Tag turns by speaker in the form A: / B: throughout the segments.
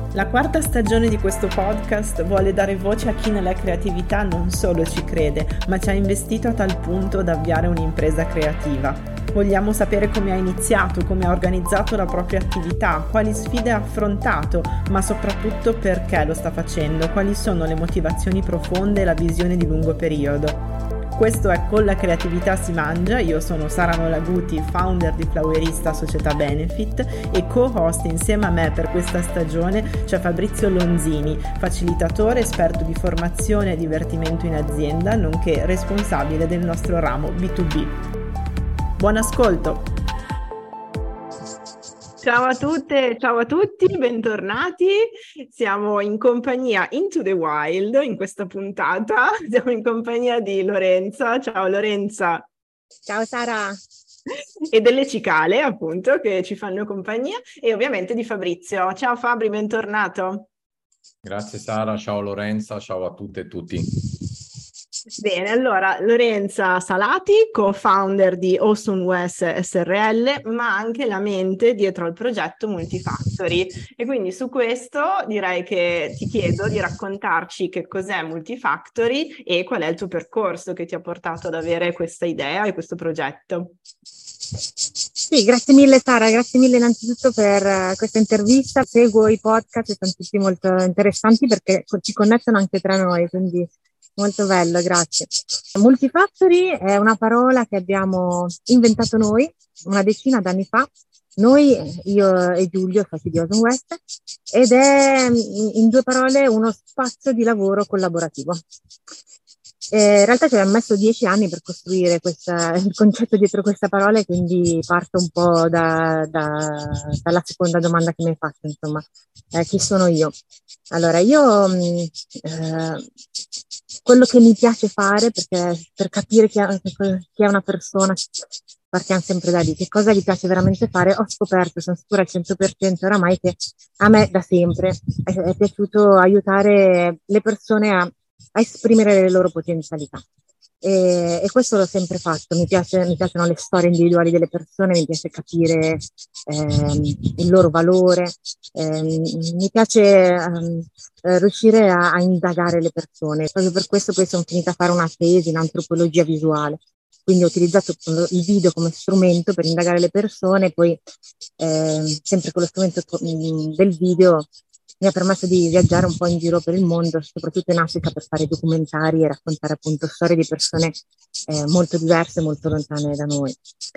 A: La quarta stagione di questo podcast vuole dare voce a chi nella creatività non solo ci crede, ma ci ha investito a tal punto da avviare un'impresa creativa. Vogliamo sapere come ha iniziato, come ha organizzato la propria attività, quali sfide ha affrontato, ma soprattutto perché lo sta facendo, quali sono le motivazioni profonde e la visione di lungo periodo. Questo è Con la creatività si mangia, io sono Sara Nolaguti, founder di Flowerista Società Benefit e co-host insieme a me per questa stagione c'è Fabrizio Lonzini, facilitatore, esperto di formazione e divertimento in azienda, nonché responsabile del nostro ramo B2B. Buon ascolto! Ciao a tutte, ciao a tutti, bentornati. Siamo in compagnia Into the Wild in questa puntata. Siamo in compagnia di Lorenza. Ciao Lorenza.
B: Ciao Sara.
A: E delle cicale, appunto, che ci fanno compagnia, e ovviamente di Fabrizio. Ciao Fabri, bentornato.
C: Grazie Sara, ciao Lorenza, ciao a tutte e tutti.
A: Bene, allora Lorenza Salati, co-founder di Awesome West SRL, ma anche la mente dietro al progetto Multifactory. E quindi su questo direi che ti chiedo di raccontarci che cos'è Multifactory e qual è il tuo percorso che ti ha portato ad avere questa idea e questo progetto.
B: Sì, grazie mille Sara, grazie mille innanzitutto per questa intervista. Seguo i podcast, sono tutti molto interessanti perché ci connettono anche tra noi, quindi molto bello, grazie. Multifactory è una parola che abbiamo inventato noi una decina d'anni fa, noi, io e Giulio, soci di Awesome West, ed è in due parole uno spazio di lavoro collaborativo. In realtà ci abbiamo messo 10 anni per costruire il concetto dietro questa parola, e quindi parto un po' dalla seconda domanda che mi hai fatto, insomma, chi sono io? Allora, io quello che mi piace fare, perché per capire chi è una persona, partiamo sempre da lì, che cosa gli piace veramente fare, ho scoperto, sono sicura al 100% oramai, che a me da sempre è piaciuto aiutare le persone a esprimere le loro potenzialità. E questo l'ho sempre fatto. Mi piacciono le storie individuali delle persone, mi piace capire il loro valore, mi piace riuscire a indagare le persone. Proprio per questo poi sono finita a fare una tesi in antropologia visuale, quindi ho utilizzato il video come strumento per indagare le persone, poi sempre con lo strumento del video mi ha permesso di viaggiare un po' in giro per il mondo, soprattutto in Africa, per fare documentari e raccontare appunto storie di persone molto diverse, molto lontane da noi.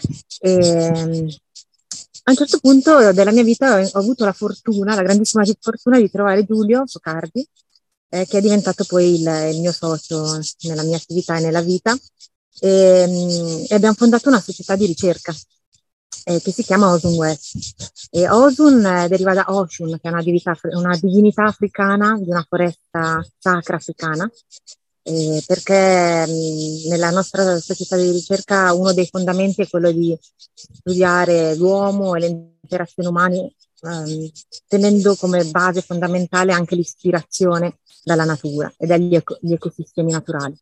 B: A un certo punto della mia vita ho avuto la grandissima fortuna di trovare Giulio Focardi, che è diventato poi il mio socio nella mia attività e nella vita, e abbiamo fondato una società di ricerca che si chiama Awesome West. E Osun deriva da Oshun, che è una divinità africana di una foresta sacra africana, perché nella nostra società di ricerca uno dei fondamenti è quello di studiare l'uomo e le interazioni umane, tenendo come base fondamentale anche l'ispirazione dalla natura e dagli ecosistemi naturali.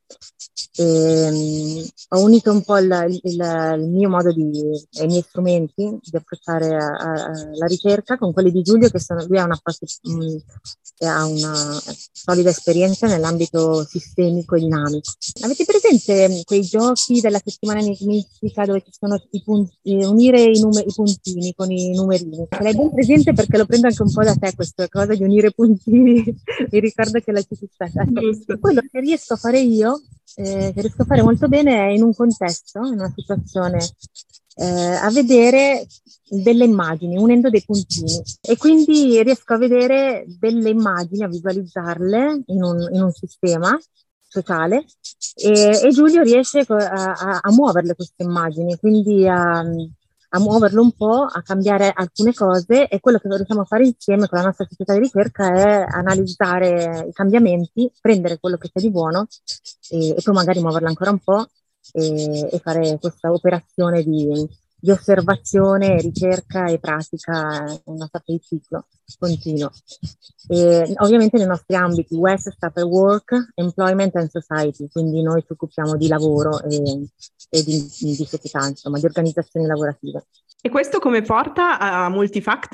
B: Ho unito un po' il mio modo e i miei strumenti di approcciare la ricerca con quelli di Giulio, lui ha una solida esperienza nell'ambito sistemico e dinamico. Avete presente quei giochi della settimana enigmistica dove ci sono i punti, unire i puntini con i numerini? Ce l'hai ben presente, perché lo prendo anche un po' da te questa cosa di unire puntini, mi ricordo che la ci stata. Ecco, quello che riesco a fare io, che riesco a fare molto bene, è in un contesto, in una situazione, a vedere delle immagini unendo dei puntini, e quindi riesco a vedere delle immagini, a visualizzarle in un sistema sociale, e Giulio riesce a muoverle queste immagini, quindi a muoverlo un po', a cambiare alcune cose, e quello che riusciamo a fare insieme con la nostra società di ricerca è analizzare i cambiamenti, prendere quello che c'è di buono e poi magari muoverlo ancora un po' e fare questa operazione di osservazione, ricerca e pratica, una sorta di ciclo continuo. E ovviamente nei nostri ambiti West sta per Work, Employment and Society, quindi noi ci occupiamo di lavoro e di società, insomma, di organizzazioni lavorative.
A: E questo come porta a Multifactory?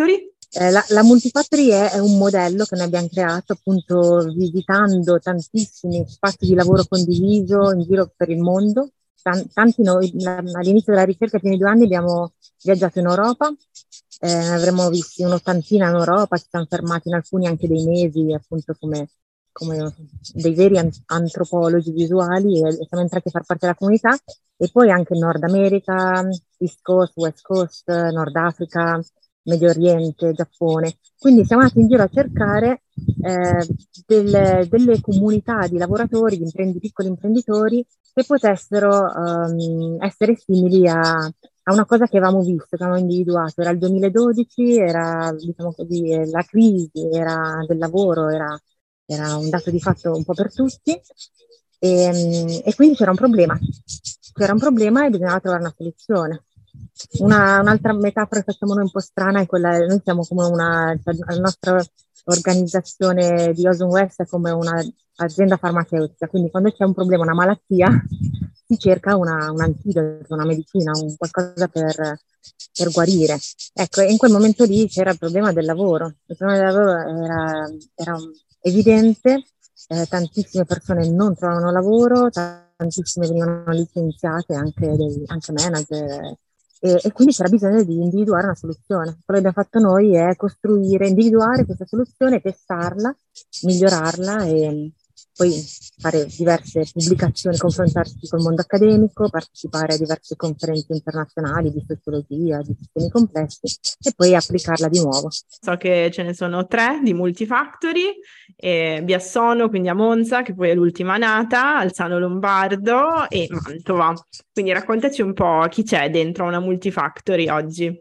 B: La Multifactory è un modello che noi abbiamo creato appunto visitando tantissimi spazi di lavoro condiviso in giro per il mondo. Tanti noi all'inizio della ricerca, i primi 2 anni, abbiamo viaggiato in Europa, ne avremmo visti un'ottantina in Europa, ci siamo fermati in alcuni anche dei mesi, appunto come dei veri antropologi visuali, e siamo entrati a far parte della comunità, e poi anche Nord America, East Coast, West Coast, Nord Africa, Medio Oriente, Giappone. Quindi siamo andati in giro a cercare delle comunità di lavoratori, di piccoli imprenditori che potessero essere simili a una cosa che avevamo visto, che avevamo individuato. Era il 2012, era, diciamo così, la crisi del lavoro era un dato di fatto un po' per tutti, e quindi c'era un problema. C'era un problema e bisognava trovare una soluzione. Un'altra metafora che facciamo noi un po' strana è quella, noi siamo come cioè, la nostra organizzazione di Ozone West è come un'azienda farmaceutica, quindi quando c'è un problema, una malattia, si cerca un antidoto, una medicina, un qualcosa per guarire. Ecco, e in quel momento lì c'era il problema del lavoro. Il problema del lavoro era evidente, tantissime persone non trovavano lavoro, tantissime venivano licenziate, anche manager, e quindi c'era bisogno di individuare una soluzione. Quello che abbiamo fatto noi è individuare questa soluzione, testarla, migliorarla e poi fare diverse pubblicazioni, confrontarsi col mondo accademico, partecipare a diverse conferenze internazionali di sociologia, di sistemi complessi, e poi applicarla di nuovo.
A: So che ce ne sono 3 di Multifactory, Biassono, quindi a Monza, che poi è l'ultima nata, Alzano Lombardo e Mantova. Quindi raccontaci un po' chi c'è dentro una Multifactory oggi.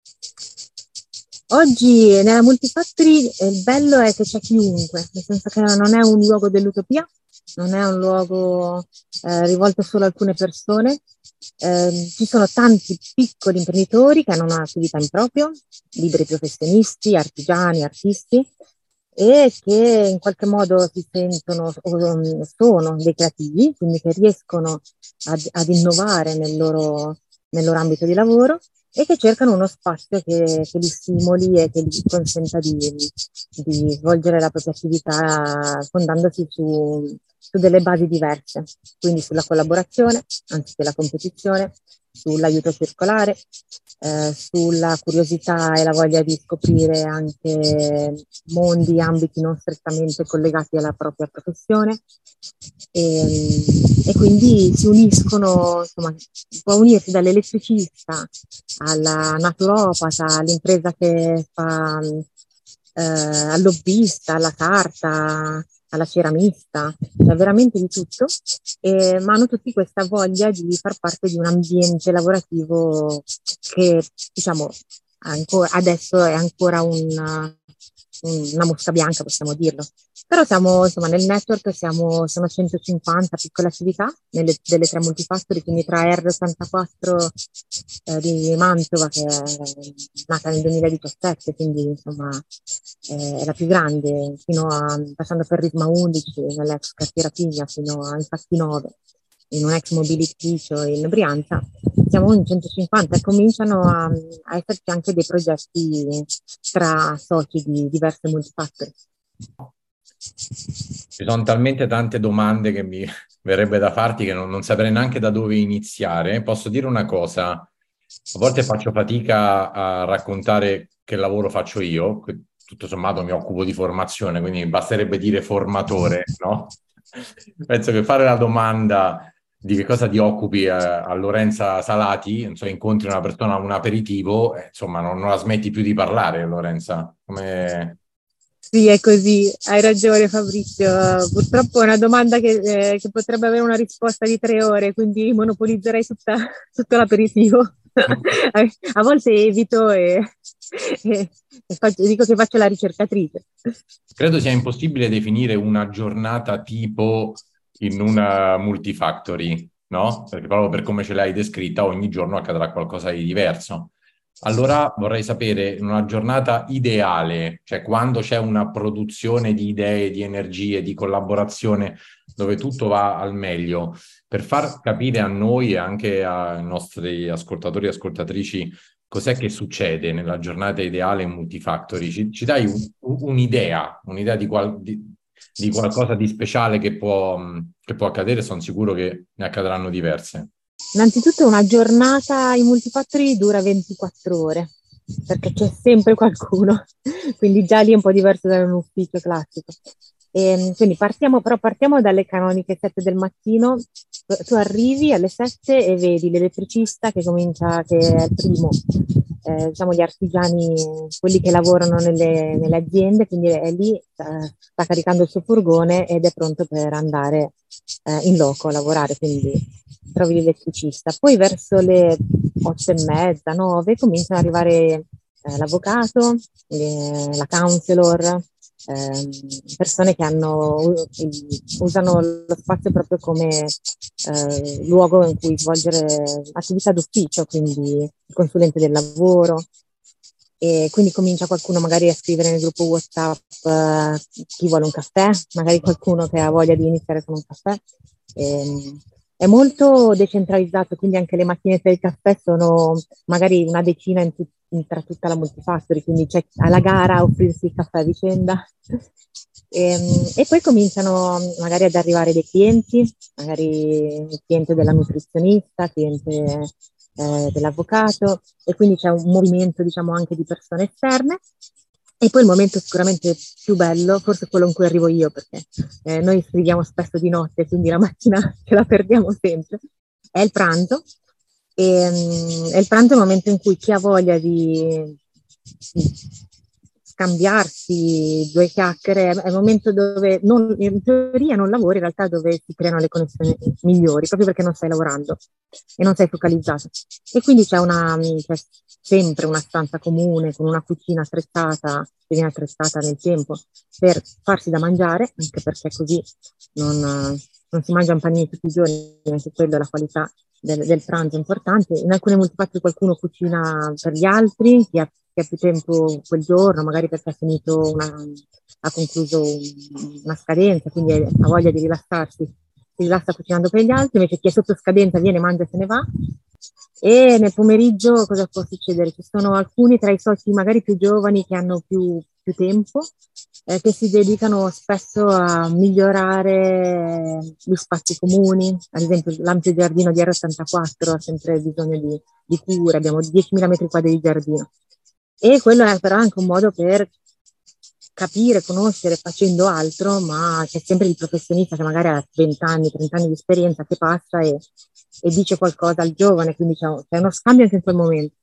B: Oggi nella Multifactory il bello è che c'è chiunque, nel senso che non è un luogo dell'utopia, non è un luogo rivolto solo a alcune persone. Ci sono tanti piccoli imprenditori che hanno un'attività in proprio, liberi professionisti, artigiani, artisti, e che in qualche modo si sentono o sono dei creativi, quindi che riescono ad innovare nel loro ambito di lavoro, e che cercano uno spazio che li stimoli e che gli consenta di svolgere la propria attività fondandosi su delle basi diverse, quindi sulla collaborazione anziché la competizione, sull'aiuto circolare, sulla curiosità e la voglia di scoprire anche mondi, ambiti non strettamente collegati alla propria professione, e quindi si uniscono, insomma, può unirsi dall'elettricista alla naturopata, all'impresa che fa al lobbista, alla carta, alla ceramista, cioè veramente di tutto, ma hanno tutti questa voglia di far parte di un ambiente lavorativo che, diciamo, adesso è ancora una mosca bianca, possiamo dirlo. Però siamo, insomma, nel network sono 150 piccole attività delle 3 Multifactory, quindi tra R84 di Mantova, che è nata nel 2017, quindi insomma è la più grande, passando per Risma 11, nell'ex Cartiera Pigna, fino a Infatti 9, in un ex mobilificio in Brianza. Siamo in 150 e cominciano a esserci anche dei progetti tra soci di diverse Multifactory.
C: Ci sono talmente tante domande che mi verrebbe da farti che non saprei neanche da dove iniziare. Posso dire una cosa? A volte faccio fatica a raccontare che lavoro faccio io, tutto sommato mi occupo di formazione, quindi basterebbe dire formatore, no? Penso che fare la domanda di che cosa ti occupi a Lorenza Salati, insomma, incontri una persona a un aperitivo, insomma, non la smetti più di parlare, Lorenza. Come...
B: Sì, è così, hai ragione Fabrizio. Purtroppo è una domanda che potrebbe avere una risposta di 3 ore, quindi monopolizzerei tutto l'aperitivo. A volte evito e dico che faccio la ricercatrice.
C: Credo sia impossibile definire una giornata tipo in una Multifactory, no? Perché proprio per come ce l'hai descritta, ogni giorno accadrà qualcosa di diverso. Allora vorrei sapere una giornata ideale, cioè quando c'è una produzione di idee, di energie, di collaborazione, dove tutto va al meglio, per far capire a noi e anche ai nostri ascoltatori e ascoltatrici cos'è che succede nella giornata ideale in Multifactory? Ci dai un'idea di qualcosa di speciale che può accadere? Sono sicuro che ne accadranno diverse.
B: Innanzitutto una giornata in Multifactory dura 24 ore, perché c'è sempre qualcuno, quindi già lì è un po' diverso da un ufficio classico. Quindi partiamo dalle canoniche 7 del mattino. Tu arrivi alle 7 e vedi l'elettricista che è il primo, diciamo gli artigiani, quelli che lavorano nelle aziende, quindi è lì, sta caricando il suo furgone ed è pronto per andare in loco a lavorare, quindi trovi l'elettricista. Poi verso le 8:30, 9 cominciano ad arrivare l'avvocato, la counselor, persone che usano lo spazio proprio come luogo in cui svolgere attività d'ufficio, quindi il consulente del lavoro. E quindi comincia qualcuno magari a scrivere nel gruppo WhatsApp chi vuole un caffè, magari qualcuno che ha voglia di iniziare con un caffè. È molto decentralizzato, quindi anche le macchinette del caffè sono magari una decina tra tutta la Multifactory, quindi c'è alla gara a offrirsi il caffè a vicenda. E poi cominciano magari ad arrivare dei clienti, magari il cliente della nutrizionista, cliente dell'avvocato, e quindi c'è un movimento, diciamo, anche di persone esterne. E poi il momento sicuramente più bello, forse quello in cui arrivo io, perché noi scriviamo spesso di notte, quindi la mattina ce la perdiamo sempre, è il pranzo. E il pranzo è il momento in cui chi ha voglia di scambiarsi due chiacchiere, è il momento dove in teoria non lavori, in realtà dove si creano le connessioni migliori, proprio perché non stai lavorando e non sei focalizzato. E quindi c'è sempre una stanza comune con una cucina attrezzata, che viene attrezzata nel tempo per farsi da mangiare, anche perché così non si mangiano panini tutti i giorni, anche quello, la qualità del pranzo è importante. In alcune Multifactory qualcuno cucina per gli altri, chi ha più tempo quel giorno, magari perché ha concluso una scadenza, quindi ha voglia di rilassarsi, si rilassa cucinando per gli altri, invece chi è sotto scadenza viene, mangia e se ne va. E nel pomeriggio cosa può succedere? Ci sono alcuni tra i soci magari più giovani che hanno più tempo, che si dedicano spesso a migliorare gli spazi comuni. Ad esempio l'ampio giardino di R84 ha sempre bisogno di cure, abbiamo 10.000 metri quadri di giardino. E quello è però anche un modo per capire, conoscere facendo altro, ma c'è sempre il professionista che magari ha 20 anni, 30 anni di esperienza che passa e dice qualcosa al giovane, quindi c'è uno scambio anche in quel momento.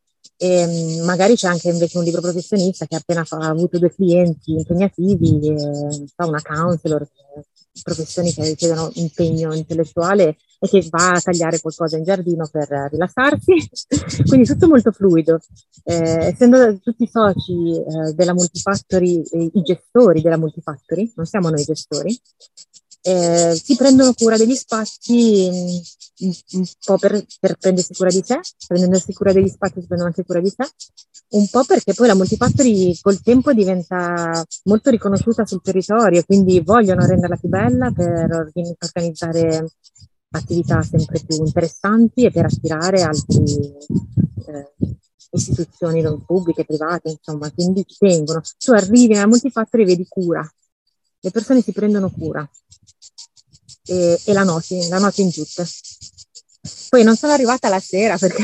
B: E magari c'è anche invece un libro professionista che appena avuto 2 clienti impegnativi, fa una counselor, professioni che richiedono impegno intellettuale e che va a tagliare qualcosa in giardino per rilassarsi. Quindi tutto molto fluido. Essendo tutti soci della Multifactory, i gestori della Multifactory, non siamo noi gestori, si prendono cura degli spazi un po' per prendersi cura di sé, prendendosi cura degli spazi si prendono anche cura di sé, un po' perché poi la Multifactory col tempo diventa molto riconosciuta sul territorio, quindi vogliono renderla più bella per organizzare attività sempre più interessanti e per attirare altre istituzioni non pubbliche, private, insomma, quindi ci tengono. Tu arrivi nella Multifactory e vedi cura, le persone si prendono cura e la noti in tutte. Poi non sono arrivata la sera perché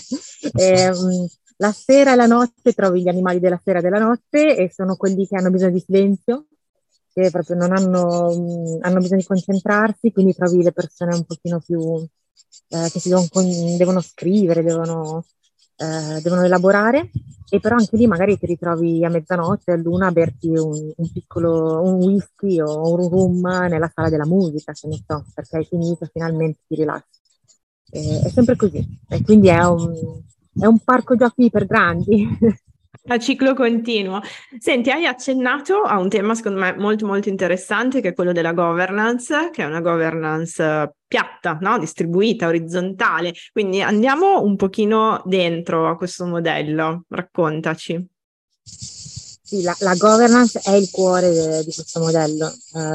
B: la sera e la notte trovi gli animali della sera e della notte e sono quelli che hanno bisogno di silenzio, che proprio non hanno bisogno di concentrarsi, quindi trovi le persone un pochino più che devono scrivere, devono elaborare, e però anche lì magari ti ritrovi a mezzanotte, a luna, a berti un whisky o un rum nella sala della musica, se ne so, perché hai finito, finalmente ti rilassi. È sempre così, e quindi è un parco giochi per grandi.
A: A ciclo continuo. Senti, hai accennato a un tema secondo me molto molto interessante, che è quello della governance, che è una governance piatta, no? Distribuita, orizzontale. Quindi andiamo un pochino dentro a questo modello, raccontaci.
B: Sì, la governance è il cuore di questo modello.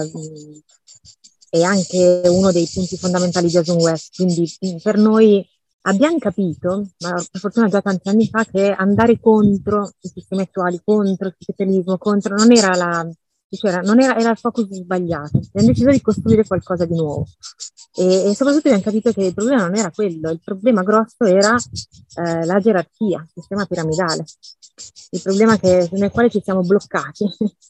B: È anche uno dei punti fondamentali di Jason West, quindi per noi abbiamo capito, ma per fortuna già tanti anni fa, che andare contro i sistemi attuali, contro il capitalismo, contro, non era era il focus sbagliato. Abbiamo deciso di costruire qualcosa di nuovo. E soprattutto abbiamo capito che il problema non era quello, il problema grosso era la gerarchia, il sistema piramidale, il problema nel quale ci siamo bloccati.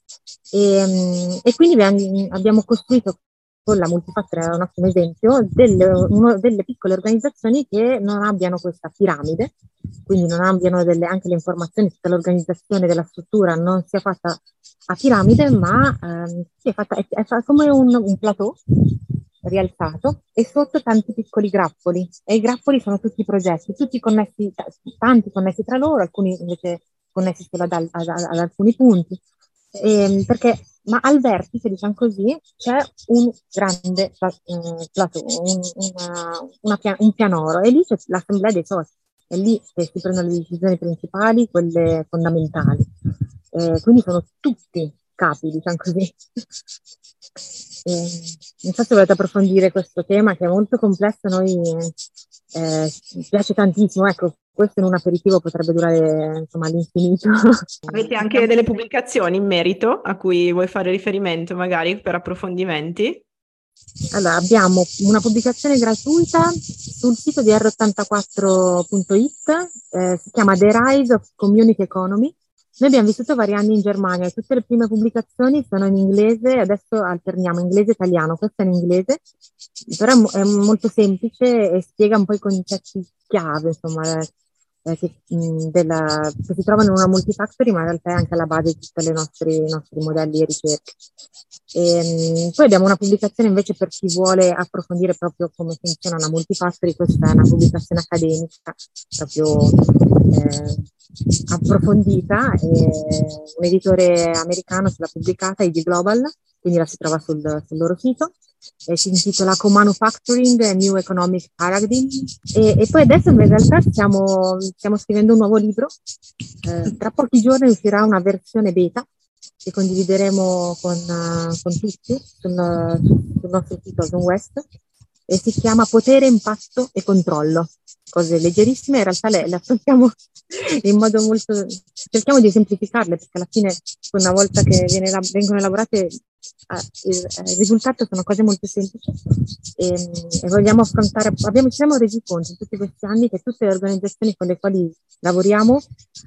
B: E quindi abbiamo costruito con la Multifactor, è un ottimo esempio, delle piccole organizzazioni che non abbiano questa piramide, quindi non abbiano anche le informazioni, tutta l'organizzazione della struttura non sia fatta a piramide, ma è fatta come un plateau rialzato e sotto tanti piccoli grappoli. E i grappoli sono tutti progetti, tutti connessi, tanti connessi tra loro, alcuni invece connessi solo ad alcuni punti. Ma al vertice, diciamo così, c'è un grande plateau, un pianoro, e lì c'è l'assemblea dei soci, è lì che si prendono le decisioni principali, quelle fondamentali. Quindi sono tutti capi, diciamo così. Non so se volete approfondire questo tema che è molto complesso, a noi piace tantissimo, ecco. Questo in un aperitivo potrebbe durare insomma all'infinito.
A: Avete anche delle pubblicazioni in merito a cui vuoi fare riferimento magari per approfondimenti?
B: Allora, abbiamo una pubblicazione gratuita sul sito di r84.it, si chiama The Rise of Community Economy. Noi abbiamo vissuto vari anni in Germania e tutte le prime pubblicazioni sono in inglese, adesso alterniamo inglese e italiano, questa è in inglese, però è molto semplice e spiega un po' i concetti chiave, insomma, che si trovano in una multifactory, ma in realtà è anche alla base di tutti i nostri modelli e ricerche. Poi abbiamo una pubblicazione invece per chi vuole approfondire proprio come funziona una multifactory, questa è una pubblicazione accademica proprio approfondita, un editore americano ce l'ha pubblicata, ID Global, quindi la si trova sul loro sito. Si intitola Co-Manufacturing, a New Economic Paradigm, e poi adesso in realtà stiamo scrivendo un nuovo libro, tra pochi giorni uscirà una versione beta che condivideremo con tutti sul nostro sito Ozone West, e si chiama Potere, Impatto e Controllo, cose leggerissime, in realtà le affrontiamo in modo molto, cerchiamo di semplificarle, perché alla fine una volta che vengono elaborate il risultato sono cose molto semplici, e vogliamo affrontare, ci siamo resi conto in tutti questi anni che tutte le organizzazioni con le quali lavoriamo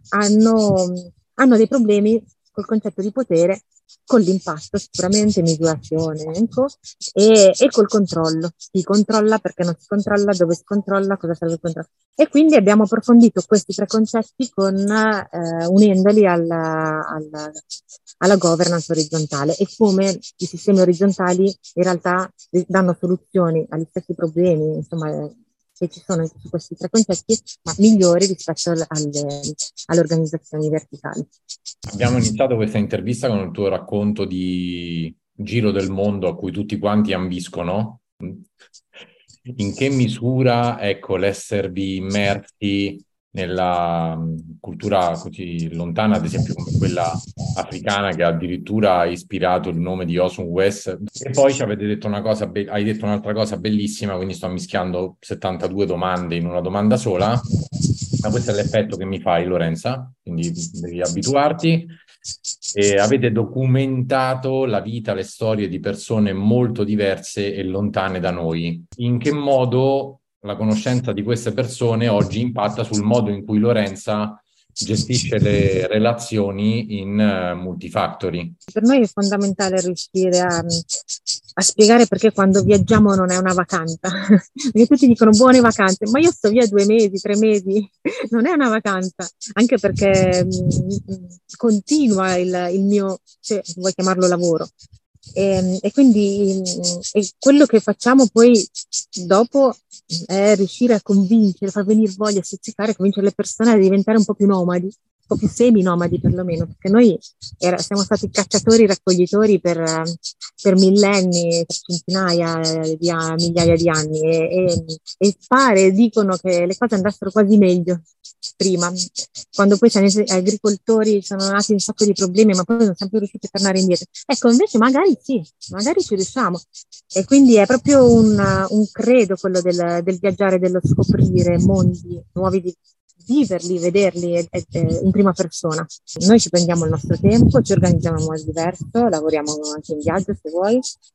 B: hanno dei problemi col concetto di potere, con l'impatto sicuramente, misurazione, ecco, e col controllo. Si controlla, perché non si controlla, dove si controlla, cosa serve il controllo. E quindi abbiamo approfondito questi tre concetti unendoli alla governance orizzontale, e come i sistemi orizzontali in realtà danno soluzioni agli stessi problemi, insomma, che ci sono su questi tre concetti, ma migliori rispetto alle organizzazioni verticali.
C: Abbiamo iniziato questa intervista con il tuo racconto di giro del mondo a cui tutti quanti ambiscono. In che misura, ecco, l'esservi immersi nella cultura così lontana, ad esempio come quella africana, che addirittura ha ispirato il nome di Ozone West. E poi ci avete detto hai detto un'altra cosa bellissima, quindi sto mischiando 72 domande in una domanda sola, ma questo è l'effetto che mi fai, Lorenza, quindi devi abituarti. E avete documentato la vita, le storie di persone molto diverse e lontane da noi. In che modo la conoscenza di queste persone oggi impatta sul modo in cui Lorenza gestisce le relazioni in multifactory?
B: Per noi è fondamentale riuscire a spiegare perché quando viaggiamo non è una vacanza. Perché tutti dicono buone vacanze, ma io sto via 2 mesi, 3 mesi, non è una vacanza, anche perché continua il mio, se vuoi chiamarlo, lavoro. E quindi quello che facciamo poi dopo è riuscire a convincere, far venire voglia, stuzzicare, convincere le persone a diventare un po' più nomadi, po' più semi-nomadi perlomeno, perché noi siamo stati cacciatori-raccoglitori per millenni, per centinaia di migliaia di anni e pare, dicono che le cose andassero quasi meglio prima, quando poi siamo agricoltori sono nati un sacco di problemi, ma poi non siamo più riusciti a tornare indietro. Ecco, invece magari sì, magari ci riusciamo. E quindi è proprio un credo quello del viaggiare, dello scoprire mondi nuovi, di viverli, vederli in prima persona. Noi ci prendiamo il nostro tempo, ci organizziamo in modo diverso, lavoriamo anche in viaggio se vuoi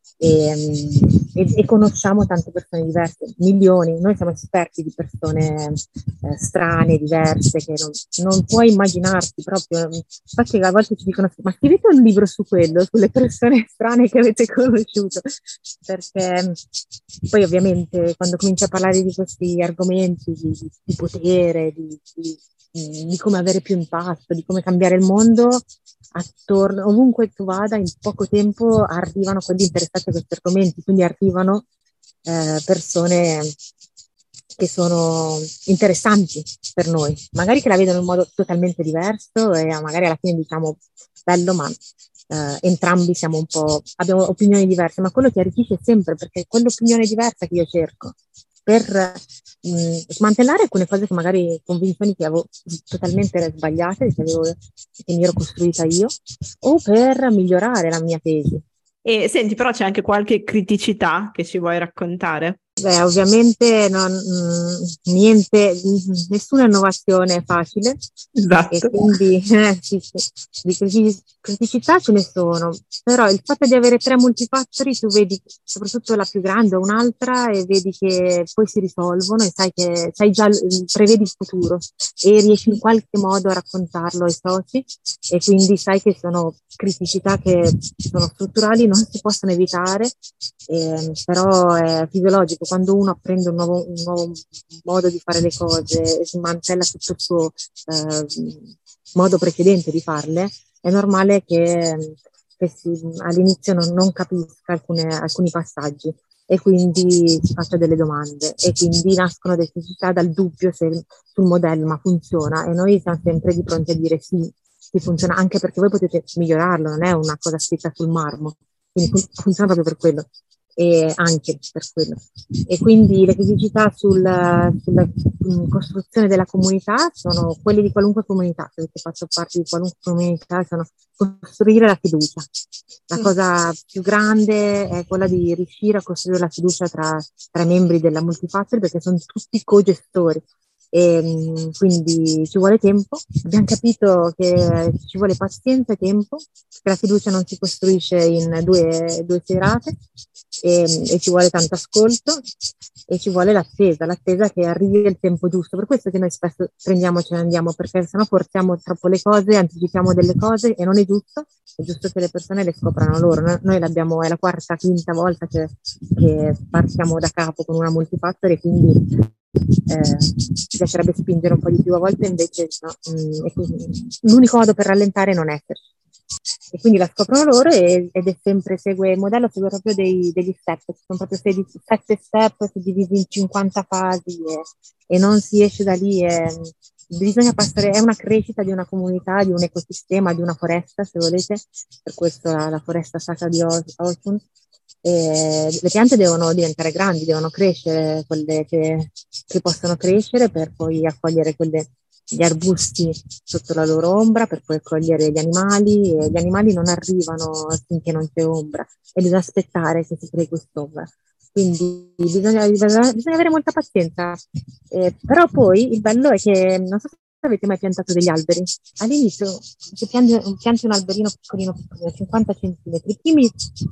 B: e conosciamo tante persone diverse, milioni. Noi siamo esperti di persone strane, diverse, che non puoi immaginarti proprio. Infatti a volte ci dicono: ma scrivete un libro su quello, sulle persone strane che avete conosciuto, perché poi ovviamente quando cominci a parlare di questi argomenti di potere, di come avere più impatto, di come cambiare il mondo, attorno, ovunque tu vada, in poco tempo arrivano quelli interessati a questi argomenti, quindi arrivano persone che sono interessanti per noi, magari che la vedono in modo totalmente diverso e magari alla fine diciamo bello, ma entrambi abbiamo opinioni diverse, ma quello ti arricchisce sempre, perché è quell'opinione diversa che io cerco per smantellare alcune cose che magari, convinzioni che avevo totalmente sbagliate, che mi ero costruita io, o per migliorare la mia tesi.
A: E senti, però c'è anche qualche criticità che ci vuoi raccontare?
B: Beh, ovviamente niente, nessuna innovazione è facile.
A: Esatto.
B: E quindi sì, di criticità ce ne sono, però il fatto di avere 3 multifactori, tu vedi soprattutto la più grande o un'altra e vedi che poi si risolvono e sai già, prevedi il futuro e riesci in qualche modo a raccontarlo ai soci, e quindi sai che sono criticità che sono strutturali, non si possono evitare, però è fisiologico. Quando uno apprende un nuovo modo di fare le cose e smantella tutto il suo modo precedente di farle, è normale che all'inizio non capisca alcuni passaggi e quindi si faccia delle domande e quindi nascono delle necessità dal dubbio sul modello, ma funziona, e noi siamo sempre di pronti a dire sì, funziona, anche perché voi potete migliorarlo, non è una cosa scritta sul marmo, quindi funziona proprio per quello. E anche per quello. E quindi le criticità sulla costruzione della comunità sono quelle di qualunque comunità, se avete fatto parte di qualunque comunità, sono costruire la fiducia. La cosa più grande è quella di riuscire a costruire la fiducia tra i membri della Multifactory, perché sono tutti co-gestori. E quindi ci vuole tempo, abbiamo capito che ci vuole pazienza e tempo, che la fiducia non si costruisce in due serate, e ci vuole tanto ascolto e ci vuole l'attesa che arrivi il tempo giusto. Per questo che noi spesso prendiamo e ce ne andiamo, perché sennò forziamo troppo le cose, anticipiamo delle cose e non è giusto. È giusto che le persone le scoprano loro. Noi è la quarta, quinta volta che partiamo da capo con una Multifactory, e quindi ci piacerebbe spingere un po' di più, a volte invece no, l'unico modo per rallentare non è esserci. E quindi la scoprono loro ed è sempre, il modello segue proprio degli step, ci sono proprio 7 step divisi in 50 fasi e non si esce da lì. Bisogna passare, è una crescita di una comunità, di un ecosistema, di una foresta, se volete, per questo la foresta sacra di Oltun. Le piante devono diventare grandi, devono crescere, quelle che possono crescere, per poi accogliere gli arbusti sotto la loro ombra, per poi accogliere gli animali, e gli animali non arrivano finché non c'è ombra e bisogna aspettare che si crei quest'ombra. Quindi bisogna avere molta pazienza, però poi il bello è che, non so se avete mai piantato degli alberi, all'inizio se pianti un alberino piccolino, 50 centimetri, i primi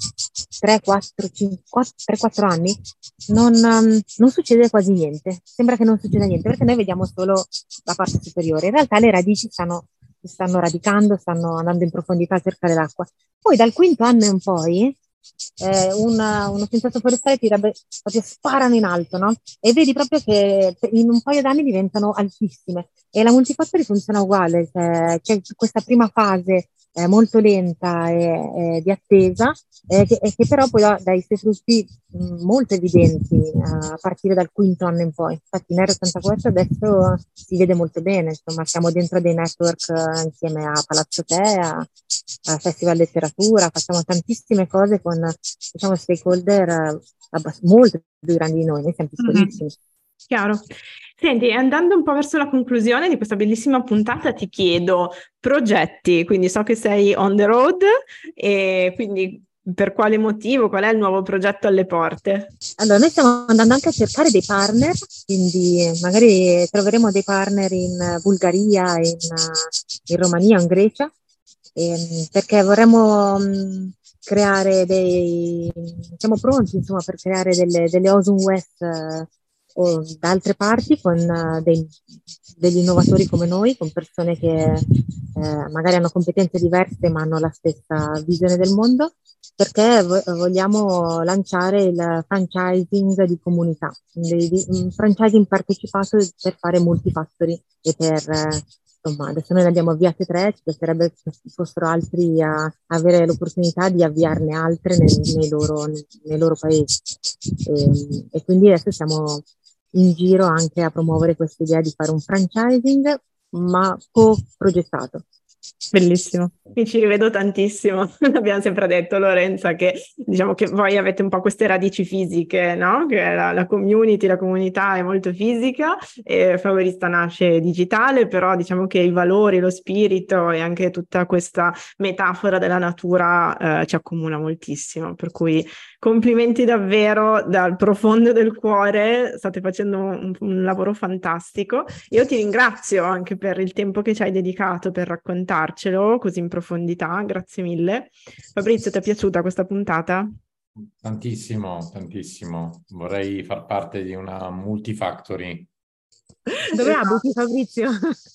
B: 3-4 anni non succede quasi niente, sembra che non succeda niente, perché noi vediamo solo la parte superiore, in realtà le radici si stanno radicando, stanno andando in profondità a cercare l'acqua. Poi dal quinto anno in poi uno scienziato forestale proprio sparano in alto, no? E vedi proprio che in un paio d'anni diventano altissime, e la Multifactory funziona uguale, c'è questa prima fase è molto lenta e di attesa, che però poi dà dai suoi frutti molto evidenti a partire dal quinto anno in poi. Infatti Nero 84 adesso si vede molto bene, insomma siamo dentro dei network insieme a Palazzo Te, a Festival Letteratura, facciamo tantissime cose con diciamo stakeholder molto più grandi di noi siamo piccolissimi.
A: Chiaro. Senti, andando un po' verso la conclusione di questa bellissima puntata, ti chiedo progetti, quindi so che sei on the road e quindi per quale motivo, qual è il nuovo progetto alle porte?
B: Allora, noi stiamo andando anche a cercare dei partner, quindi magari troveremo dei partner in Bulgaria, in Romania, in Grecia, perché vorremmo creare siamo pronti insomma per creare delle Awesome West o da altre parti con degli innovatori come noi, con persone che magari hanno competenze diverse ma hanno la stessa visione del mondo, perché vogliamo lanciare il franchising di comunità, un franchising partecipato per fare multifactory e insomma, adesso noi ne abbiamo avviate 3, ci piacerebbe che fossero altri a avere l'opportunità di avviarne altre nei loro paesi. E quindi adesso siamo in giro anche a promuovere questa idea di fare un franchising, ma co-progettato.
A: Bellissimo, mi ci rivedo tantissimo. Abbiamo sempre detto, Lorenza, che diciamo che voi avete un po' queste radici fisiche, no? Che la community, la comunità è molto fisica e Flavorista nasce digitale, però diciamo che i valori, lo spirito e anche tutta questa metafora della natura ci accomuna moltissimo, per cui complimenti davvero dal profondo del cuore, state facendo un lavoro fantastico. Io ti ringrazio anche per il tempo che ci hai dedicato per raccontarcelo così in profondità, grazie mille. Fabrizio, ti è piaciuta questa puntata?
C: Tantissimo, tantissimo. Vorrei far parte di una multifactory.
B: Dove abiti, Fabrizio?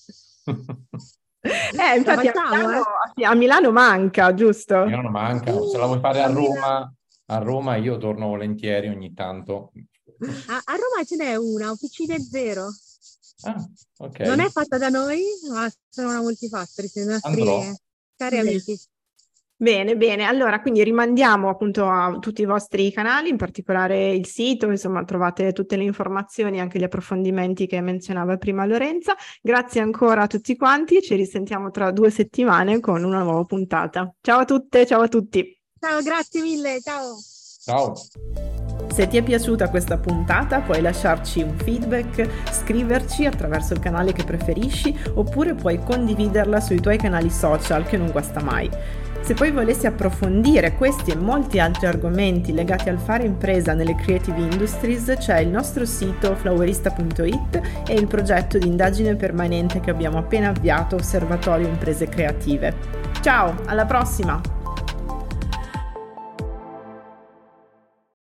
A: Infatti a Milano manca, giusto?
C: A Milano manca, se la vuoi fare a Roma io torno volentieri ogni tanto.
B: A Roma ce n'è una, Officine Zero.
C: Ah, ok.
B: Non è fatta da noi, ma sono una multifactory, sono i nostri cari amici.
A: Bene, bene. Allora, quindi rimandiamo appunto a tutti i vostri canali, in particolare il sito, insomma, trovate tutte le informazioni, anche gli approfondimenti che menzionava prima Lorenza. Grazie ancora a tutti quanti, ci risentiamo tra 2 settimane con una nuova puntata. Ciao a tutte, ciao a tutti.
B: Ciao, grazie mille, ciao.
C: Ciao.
A: Se ti è piaciuta questa puntata puoi lasciarci un feedback, scriverci attraverso il canale che preferisci oppure puoi condividerla sui tuoi canali social che non guasta mai. Se poi volessi approfondire questi e molti altri argomenti legati al fare impresa nelle creative industries c'è il nostro sito flowerista.it e il progetto di indagine permanente che abbiamo appena avviato, Osservatorio Imprese Creative. Ciao, alla prossima!